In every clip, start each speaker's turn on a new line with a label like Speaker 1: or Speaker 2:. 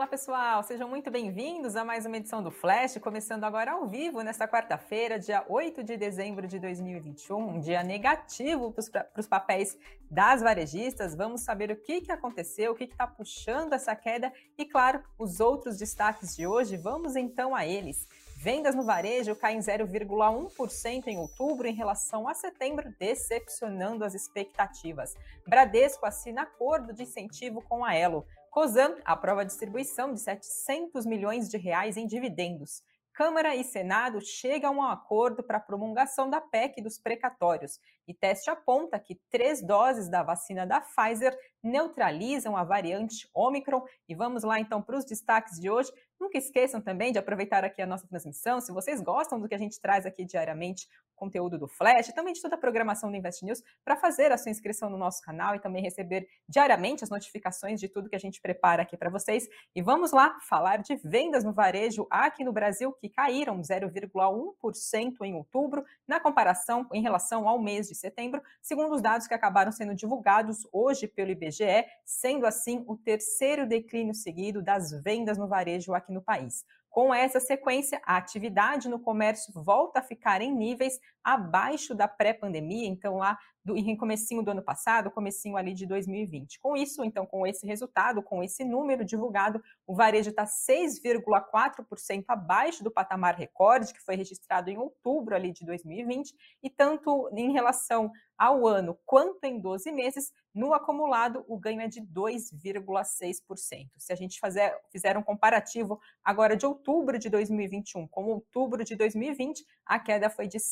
Speaker 1: Olá, pessoal! Sejam muito bem-vindos a mais uma edição do Flash, começando agora ao vivo nesta quarta-feira, dia 8 de dezembro de 2021, um dia negativo para os papéis das varejistas. Vamos saber o que aconteceu, o que está puxando essa queda e, claro, os outros destaques de hoje. Vamos então a eles. Vendas no varejo caem 0,1% em outubro em relação a setembro, decepcionando as expectativas. Bradesco assina acordo de incentivo com a Elo. Cosan aprova a distribuição de 700 milhões de reais em dividendos. Câmara e Senado chegam a um acordo para a promulgação da PEC dos precatórios. E teste aponta que 3 doses da vacina da Pfizer neutralizam a variante Ômicron. E vamos lá então para os destaques de hoje. Nunca esqueçam também de aproveitar aqui a nossa transmissão. Se vocês gostam do que a gente traz aqui diariamente, conteúdo do Flash, também de toda a programação do Invest News, para fazer a sua inscrição no nosso canal e também receber diariamente as notificações de tudo que a gente prepara aqui para vocês. E vamos lá falar de vendas no varejo aqui no Brasil, que caíram 0,1% em outubro, na comparação em relação ao mês de setembro, segundo os dados que acabaram sendo divulgados hoje pelo IBGE, sendo assim o terceiro declínio seguido das vendas no varejo aqui no país. Com essa sequência, a atividade no comércio volta a ficar em níveis abaixo da pré-pandemia, então lá em comecinho do ano passado, comecinho ali de 2020. Com isso, então, com esse resultado, com esse número divulgado, o varejo está 6,4% abaixo do patamar recorde, que foi registrado em outubro ali de 2020, e tanto em relação ao ano quanto em 12 meses, no acumulado, o ganho é de 2,6%. Se a gente fizer um comparativo agora de outubro de 2021 com outubro de 2020, a queda foi de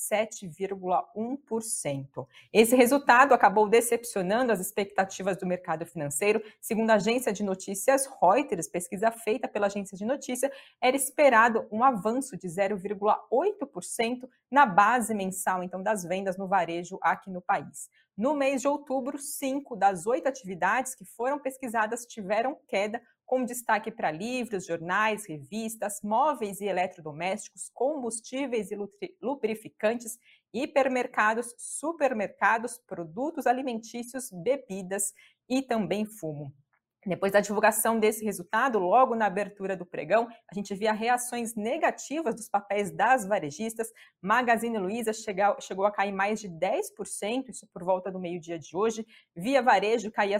Speaker 1: 7,1%. Esse resultado acabou decepcionando as expectativas do mercado financeiro. Segundo a agência de notícias Reuters, pesquisa feita pela agência de notícia, era esperado um avanço de 0,8% na base mensal, então, das vendas no varejo aqui no país. No mês de outubro, 5 das 8 atividades que foram pesquisadas tiveram queda, com destaque para livros, jornais, revistas, móveis e eletrodomésticos, combustíveis e lubrificantes, hipermercados, supermercados, produtos alimentícios, bebidas e também fumo. Depois da divulgação desse resultado, logo na abertura do pregão, a gente via reações negativas dos papéis das varejistas. Magazine Luiza chegou a cair mais de 10%, isso por volta do meio-dia de hoje. Via Varejo caía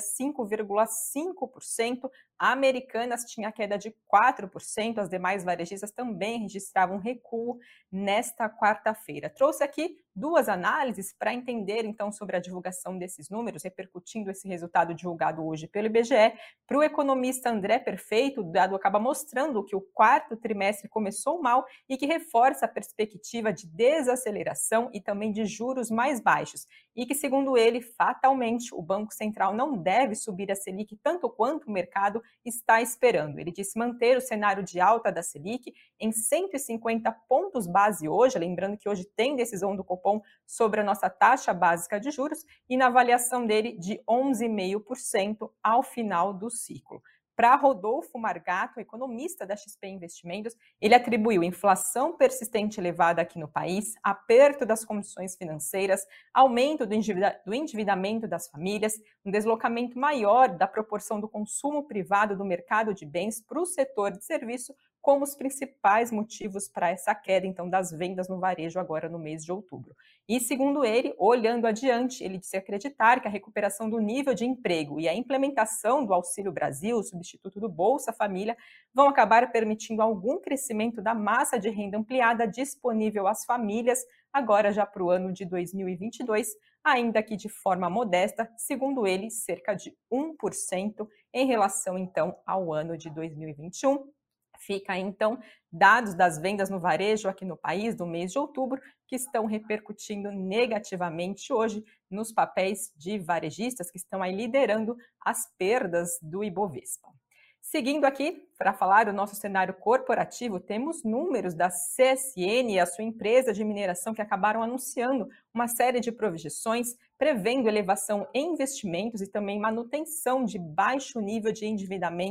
Speaker 1: 5,5%. A Americanas tinha queda de 4%. As demais varejistas também registravam recuo nesta quarta-feira. Trouxe aqui duas análises para entender, então, sobre a divulgação desses números, repercutindo esse resultado divulgado hoje pelo IBGE. Para o economista André Perfeito, o dado acaba mostrando que o quarto trimestre começou mal e que reforça a perspectiva de desaceleração e também de juros mais baixos. E que, segundo ele, fatalmente, o Banco Central não deve subir a Selic tanto quanto o mercado está esperando. Ele disse manter o cenário de alta da Selic em 150 pontos base hoje, lembrando que hoje tem decisão do Copom sobre a nossa taxa básica de juros, e na avaliação dele de 11,5% ao final do ciclo. Para Rodolfo Margato, economista da XP Investimentos, ele atribuiu inflação persistente elevada aqui no país, aperto das condições financeiras, aumento do endividamento das famílias, um deslocamento maior da proporção do consumo privado do mercado de bens para o setor de serviço, como os principais motivos para essa queda, então, das vendas no varejo agora no mês de outubro. E, segundo ele, olhando adiante, ele disse acreditar que a recuperação do nível de emprego e a implementação do Auxílio Brasil, o substituto do Bolsa Família, vão acabar permitindo algum crescimento da massa de renda ampliada disponível às famílias, agora já para o ano de 2022, ainda que de forma modesta, segundo ele, cerca de 1% em relação, então, ao ano de 2021. Fica, então, dados das vendas no varejo aqui no país do mês de outubro, que estão repercutindo negativamente hoje nos papéis de varejistas que estão aí liderando as perdas do Ibovespa. Seguindo aqui, para falar do nosso cenário corporativo, temos números da CSN, a sua empresa de mineração, que acabaram anunciando uma série de projeções, prevendo elevação em investimentos e também manutenção de baixo nível de endividamento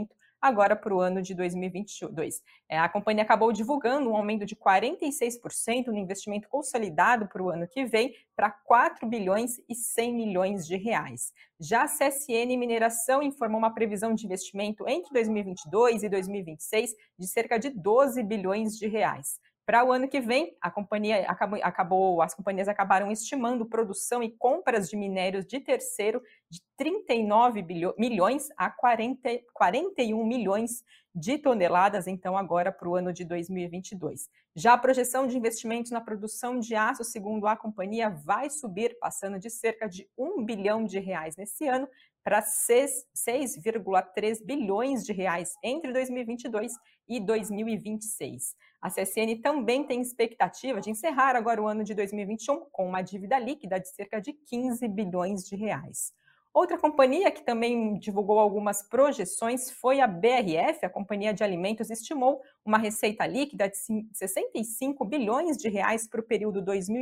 Speaker 1: agora para o ano de 2022. A companhia acabou divulgando um aumento de 46% no investimento consolidado para o ano que vem, para 4 bilhões e 100 milhões de reais. Já a CSN Mineração informou uma previsão de investimento entre 2022 e 2026 de cerca de 12 bilhões de reais. Para o ano que vem, as companhias acabaram estimando produção e compras de minérios de terceiro de 39 milhões a 41 milhões de toneladas, então agora para o ano de 2022. Já a projeção de investimentos na produção de aço, segundo a companhia, vai subir, passando de cerca de 1 bilhão de reais nesse ano para 6,3 bilhões de reais entre 2022 e 2026. A CSN também tem expectativa de encerrar agora o ano de 2021 com uma dívida líquida de cerca de 15 bilhões de reais. Outra companhia que também divulgou algumas projeções foi a BRF, a Companhia de Alimentos, estimou uma receita líquida de 65 bilhões de reais para o período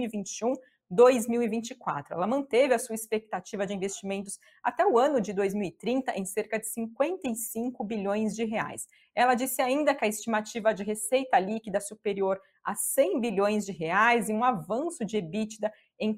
Speaker 1: 2021-2024. Ela manteve a sua expectativa de investimentos até o ano de 2030 em cerca de 55 bilhões de reais. Ela disse ainda que a estimativa de receita líquida superior a 100 bilhões de reais e um avanço de EBITDA em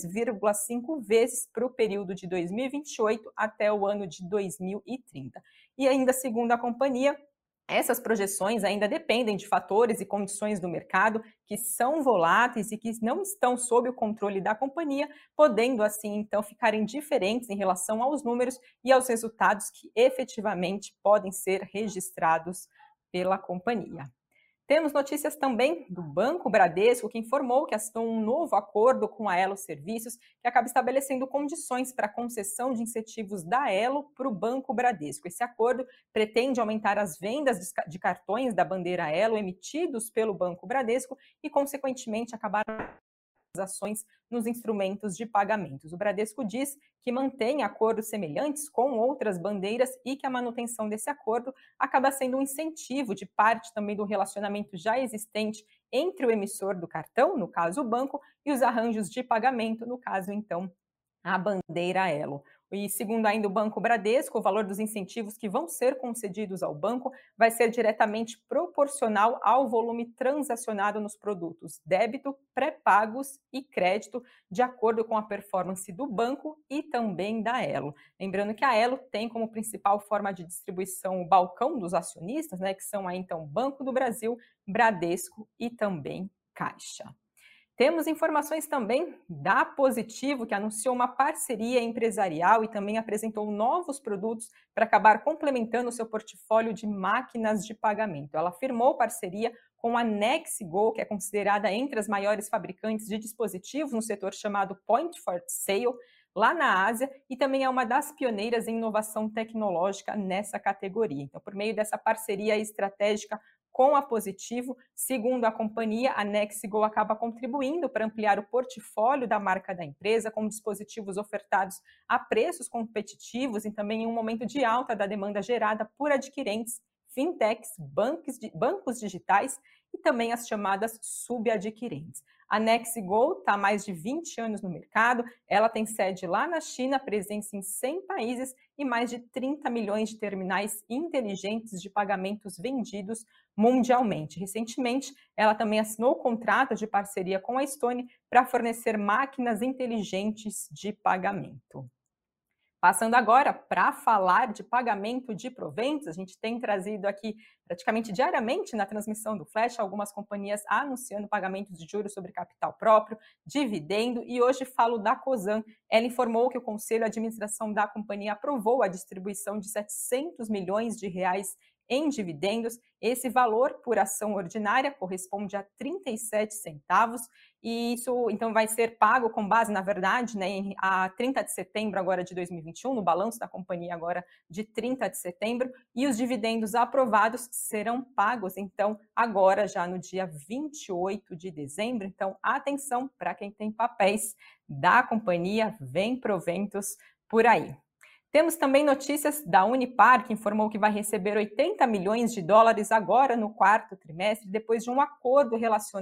Speaker 1: 3,5 vezes para o período de 2028 até o ano de 2030. E ainda segundo a companhia, essas projeções ainda dependem de fatores e condições do mercado que são voláteis e que não estão sob o controle da companhia, podendo assim então ficarem diferentes em relação aos números e aos resultados que efetivamente podem ser registrados pela companhia. Temos notícias também do Banco Bradesco, que informou que assinou um novo acordo com a Elo Serviços, que acaba estabelecendo condições para a concessão de incentivos da Elo para o Banco Bradesco. Esse acordo pretende aumentar as vendas de cartões da bandeira Elo emitidos pelo Banco Bradesco e, consequentemente, acabar ações nos instrumentos de pagamentos. O Bradesco diz que mantém acordos semelhantes com outras bandeiras e que a manutenção desse acordo acaba sendo um incentivo de parte também do relacionamento já existente entre o emissor do cartão, no caso o banco, e os arranjos de pagamento, no caso então a bandeira Elo. E segundo ainda o Banco Bradesco, o valor dos incentivos que vão ser concedidos ao banco vai ser diretamente proporcional ao volume transacionado nos produtos débito, pré-pagos e crédito, de acordo com a performance do banco e também da Elo. Lembrando que a Elo tem como principal forma de distribuição o balcão dos acionistas, que são aí então Banco do Brasil, Bradesco e também Caixa. Temos informações também da Positivo, que anunciou uma parceria empresarial e também apresentou novos produtos para acabar complementando o seu portfólio de máquinas de pagamento. Ela firmou parceria com a NextGo, que é considerada entre as maiores fabricantes de dispositivos no setor chamado Point of Sale, lá na Ásia, e também é uma das pioneiras em inovação tecnológica nessa categoria. Então, por meio dessa parceria estratégica com a Positivo, segundo a companhia, a NextGo acaba contribuindo para ampliar o portfólio da marca da empresa, com dispositivos ofertados a preços competitivos e também em um momento de alta da demanda gerada por adquirentes, fintechs, bancos digitais e também as chamadas subadquirentes. A NextGo está há mais de 20 anos no mercado, ela tem sede lá na China, presença em 100 países e mais de 30 milhões de terminais inteligentes de pagamentos vendidos mundialmente. Recentemente, ela também assinou contrato de parceria com a Stone para fornecer máquinas inteligentes de pagamento. Passando agora para falar de pagamento de proventos, a gente tem trazido aqui praticamente diariamente na transmissão do Flash algumas companhias anunciando pagamentos de juros sobre capital próprio, dividendo, e hoje falo da Cosan. Ela informou que o Conselho de Administração da companhia aprovou a distribuição de 700 milhões de reais em dividendos. Esse valor por ação ordinária corresponde a 37 centavos e isso então vai ser pago com base, na verdade, a 30 de setembro agora de 2021, no balanço da companhia agora de 30 de setembro, e os dividendos aprovados serão pagos então agora já no dia 28 de dezembro. Então, atenção para quem tem papéis da companhia, vem proventos por aí. Temos também notícias da Unipar, que informou que vai receber 80 milhões de dólares agora no quarto trimestre, depois de um acordo relacionado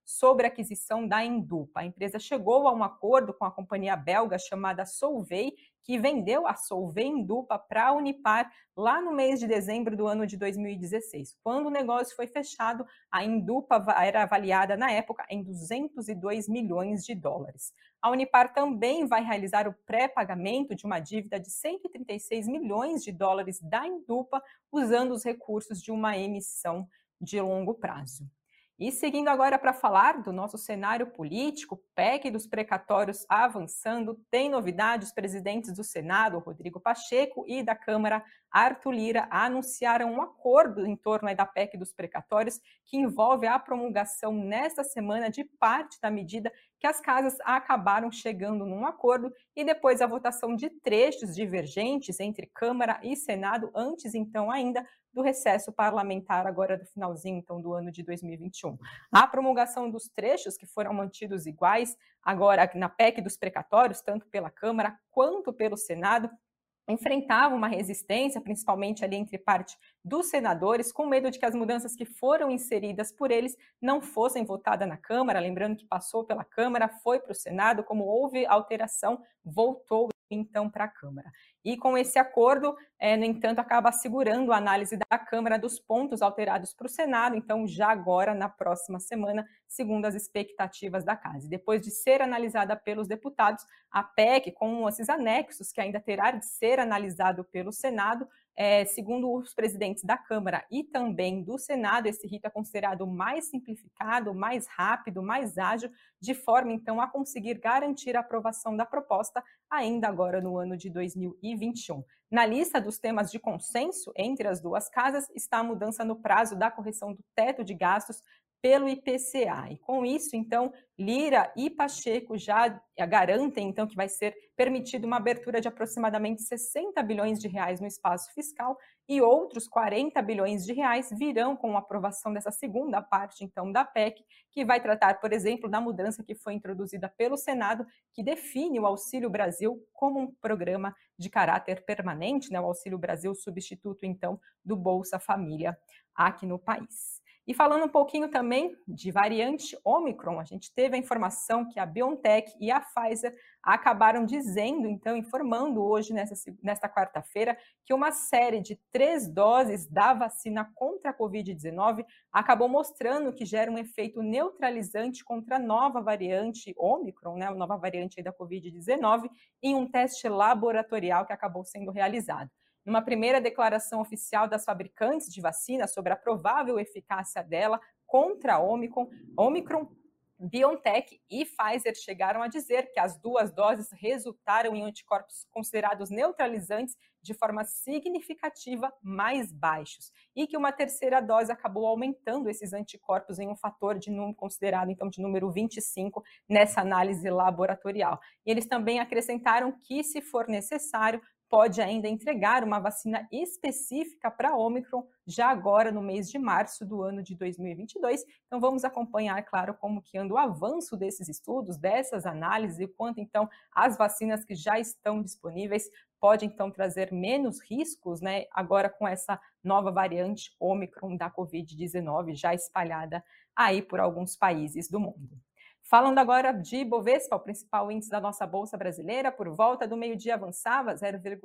Speaker 1: sobre a aquisição da Indupa. A empresa chegou a um acordo com a companhia belga chamada Solvay, que vendeu a Solvay Indupa para a Unipar lá no mês de dezembro do ano de 2016. Quando o negócio foi fechado, a Indupa era avaliada na época em 202 milhões de dólares. A Unipar também vai realizar o pré-pagamento de uma dívida de 136 milhões de dólares da Indupa, usando os recursos de uma emissão de longo prazo. E seguindo agora para falar do nosso cenário político, PEC dos precatórios avançando, tem novidade, os presidentes do Senado, Rodrigo Pacheco, e da Câmara, Arthur Lira, anunciaram um acordo em torno da PEC dos precatórios, que envolve a promulgação nesta semana de parte da medida que as casas acabaram chegando num acordo e depois a votação de trechos divergentes entre Câmara e Senado, antes então ainda do recesso parlamentar agora do finalzinho então do ano de 2021. A promulgação dos trechos que foram mantidos iguais agora na PEC dos precatórios, tanto pela Câmara quanto pelo Senado, enfrentava uma resistência, principalmente ali entre parte dos senadores, com medo de que as mudanças que foram inseridas por eles não fossem votadas na Câmara. Lembrando que passou pela Câmara, foi para o Senado, como houve alteração, voltou então para a Câmara. E com esse acordo, no entanto, acaba assegurando a análise da Câmara dos pontos alterados para o Senado, então já agora, na próxima semana, segundo as expectativas da Casa. Depois de ser analisada pelos deputados, a PEC, com esses anexos que ainda terá de ser analisado pelo Senado, segundo os presidentes da Câmara e também do Senado, esse rito é considerado mais simplificado, mais rápido, mais ágil, de forma, então, a conseguir garantir a aprovação da proposta ainda agora no ano de 2021. Na lista dos temas de consenso entre as duas casas está a mudança no prazo da correção do teto de gastos pelo IPCA. E com isso, então, Lira e Pacheco já garantem, então, que vai ser permitida uma abertura de aproximadamente 60 bilhões de reais no espaço fiscal e outros 40 bilhões de reais virão com a aprovação dessa segunda parte, então, da PEC, que vai tratar, por exemplo, da mudança que foi introduzida pelo Senado, que define o Auxílio Brasil como um programa de caráter permanente, né? O Auxílio Brasil substituto, então, do Bolsa Família aqui no país. E falando um pouquinho também de variante Ômicron, a gente teve a informação que a BioNTech e a Pfizer acabaram dizendo, então, informando hoje, nesta quarta-feira, que uma série de 3 doses da vacina contra a Covid-19 acabou mostrando que gera um efeito neutralizante contra a nova variante Ômicron, né, a nova variante da Covid-19, em um teste laboratorial que acabou sendo realizado. Numa primeira declaração oficial das fabricantes de vacina sobre a provável eficácia dela contra a Ômicron, BioNTech e Pfizer chegaram a dizer que as duas doses resultaram em anticorpos considerados neutralizantes de forma significativa mais baixos e que uma terceira dose acabou aumentando esses anticorpos em um fator de número considerado então de número 25 nessa análise laboratorial. E eles também acrescentaram que, se for necessário, pode ainda entregar uma vacina específica para Ômicron já agora no mês de março do ano de 2022. Então vamos acompanhar, claro, como que anda o avanço desses estudos, dessas análises e quanto então as vacinas que já estão disponíveis podem então trazer menos riscos, né, agora com essa nova variante Ômicron da Covid-19 já espalhada aí por alguns países do mundo. Falando agora de Ibovespa, o principal índice da nossa Bolsa Brasileira, por volta do meio-dia avançava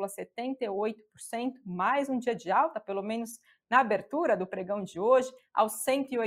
Speaker 1: 0,78%, mais um dia de alta, pelo menos na abertura do pregão de hoje, aos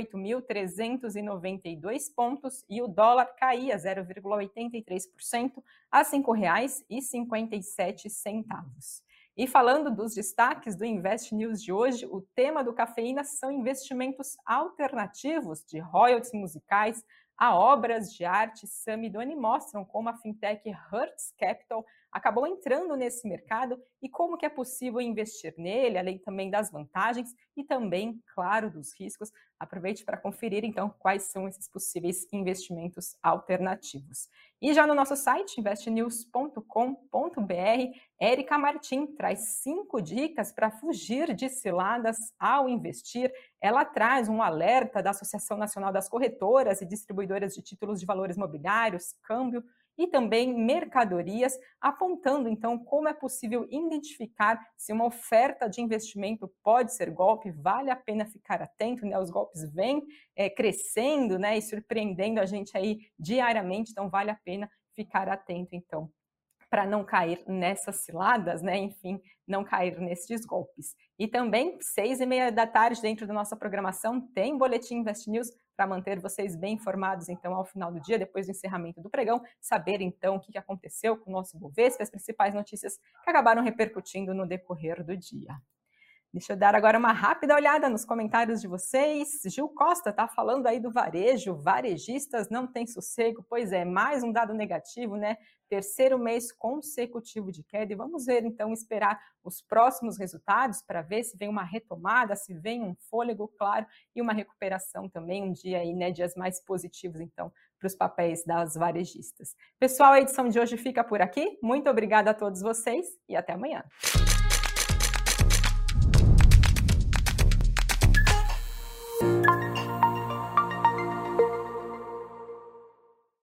Speaker 1: 108.392 pontos, e o dólar caía 0,83% a R$ 5,57. E falando dos destaques do Invest News de hoje, o tema do Cafeína são investimentos alternativos de royalties musicais a obras de arte. Samidoni mostram como a fintech Hertz Capital acabou entrando nesse mercado e como que é possível investir nele, além também das vantagens e também, claro, dos riscos. Aproveite para conferir, então, quais são esses possíveis investimentos alternativos. E já no nosso site, investnews.com.br, Érica Martim traz 5 dicas para fugir de ciladas ao investir. Ela traz um alerta da Associação Nacional das Corretoras e Distribuidoras de Títulos de Valores Mobiliários, Câmbio, e também mercadorias, apontando então como é possível identificar se uma oferta de investimento pode ser golpe, vale a pena ficar atento, né? Os golpes vêm crescendo, né, e surpreendendo a gente aí diariamente, então vale a pena ficar atento então, para não cair nessas ciladas, né? Enfim, não cair nesses golpes. E também, 6h30 da tarde, dentro da nossa programação, tem Boletim Invest News para manter vocês bem informados, então, ao final do dia, depois do encerramento do pregão, saber, então, o que aconteceu com o nosso Bovespa, as principais notícias que acabaram repercutindo no decorrer do dia. Deixa eu dar agora uma rápida olhada nos comentários de vocês. Gil Costa está falando aí do varejo, varejistas não têm sossego. Pois é, mais um dado negativo, né? Terceiro mês consecutivo de queda. E vamos ver, então, esperar os próximos resultados para ver se vem uma retomada, se vem um fôlego, claro, e uma recuperação também, um dia aí, né? Dias mais positivos, então, para os papéis das varejistas. Pessoal, a edição de hoje fica por aqui. Muito obrigada a todos vocês e até amanhã.